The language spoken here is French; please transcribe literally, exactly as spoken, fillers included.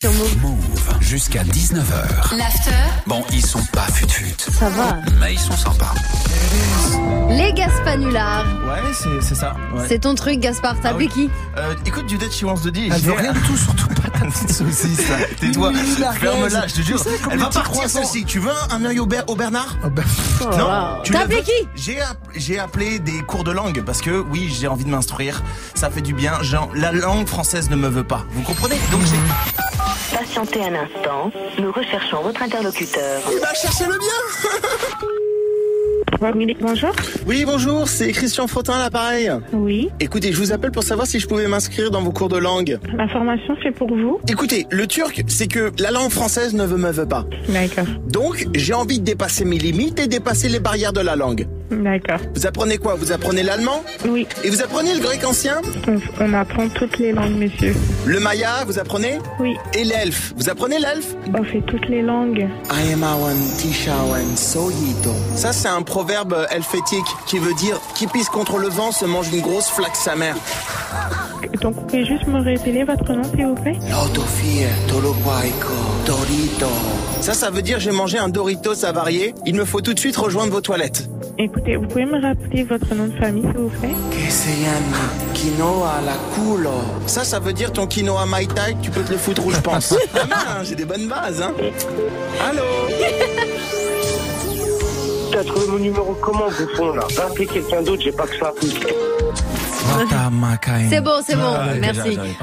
Sur Move. Move jusqu'à dix-neuf heures. L'after. Bon, ils sont pas fut-fut, Ça va. mais ils sont sympas. Les Gaspanulars. Ouais, c'est, c'est ça. Ouais. C'est ton truc, Gaspard. T'as Ah appelé oui. qui Euh, écoute, du Dead She Wants to Di. Elle veut rien du tout, surtout pas ta petite saucisse. Là. Tais-toi. Ferme-la, je te jure. Elle va partir celle-ci. Tu veux un œil au, ber- au Bernard Oh, Non. wow. Tu T'as le appelé veux qui J'ai, app- j'ai appelé des cours de langue parce que oui, j'ai envie de m'instruire. Ça fait du bien. Genre, la langue française ne me veut pas. Vous comprenez? Donc j'ai. Patientez un instant, nous recherchons votre interlocuteur. Il va chercher le bien. Bonjour. Oui, bonjour, c'est Christian Frottin à l'appareil. Oui. Écoutez, je vous appelle pour savoir si je pouvais m'inscrire dans vos cours de langue. La formation c'est pour vous. Écoutez, le turc, c'est que la langue française ne me veut pas. D'accord. Donc, j'ai envie de dépasser mes limites et dépasser les barrières de la langue. D'accord. Vous apprenez quoi? Vous apprenez l'allemand? Oui. Et vous apprenez le grec ancien? On, on apprend toutes les langues, monsieur. Le maya, vous apprenez? Oui. Et l'elfe, vous apprenez l'elfe? On fait toutes les langues. Ça, c'est un proverbe helvétique qui veut dire qui pisse contre le vent se mange une grosse flaque sa mère. Donc, vous pouvez juste me répéter votre nom, s'il vous plaît? Ça, ça veut dire j'ai mangé un Doritos avarié. Il me faut tout de suite rejoindre vos toilettes. Écoutez, vous pouvez me rappeler votre nom de famille, s'il vous plaît? Ça, ça veut dire ton quinoa Mai Tai, tu peux te le foutre où je pense. Pas mal, hein, j'ai des bonnes bases, hein. Allô? T'as trouvé mon numéro comment, bouffon, là? Va appeler quelqu'un d'autre, j'ai pas que ça. C'est bon, c'est bon. Ah, Merci. déjà, j'avais pas.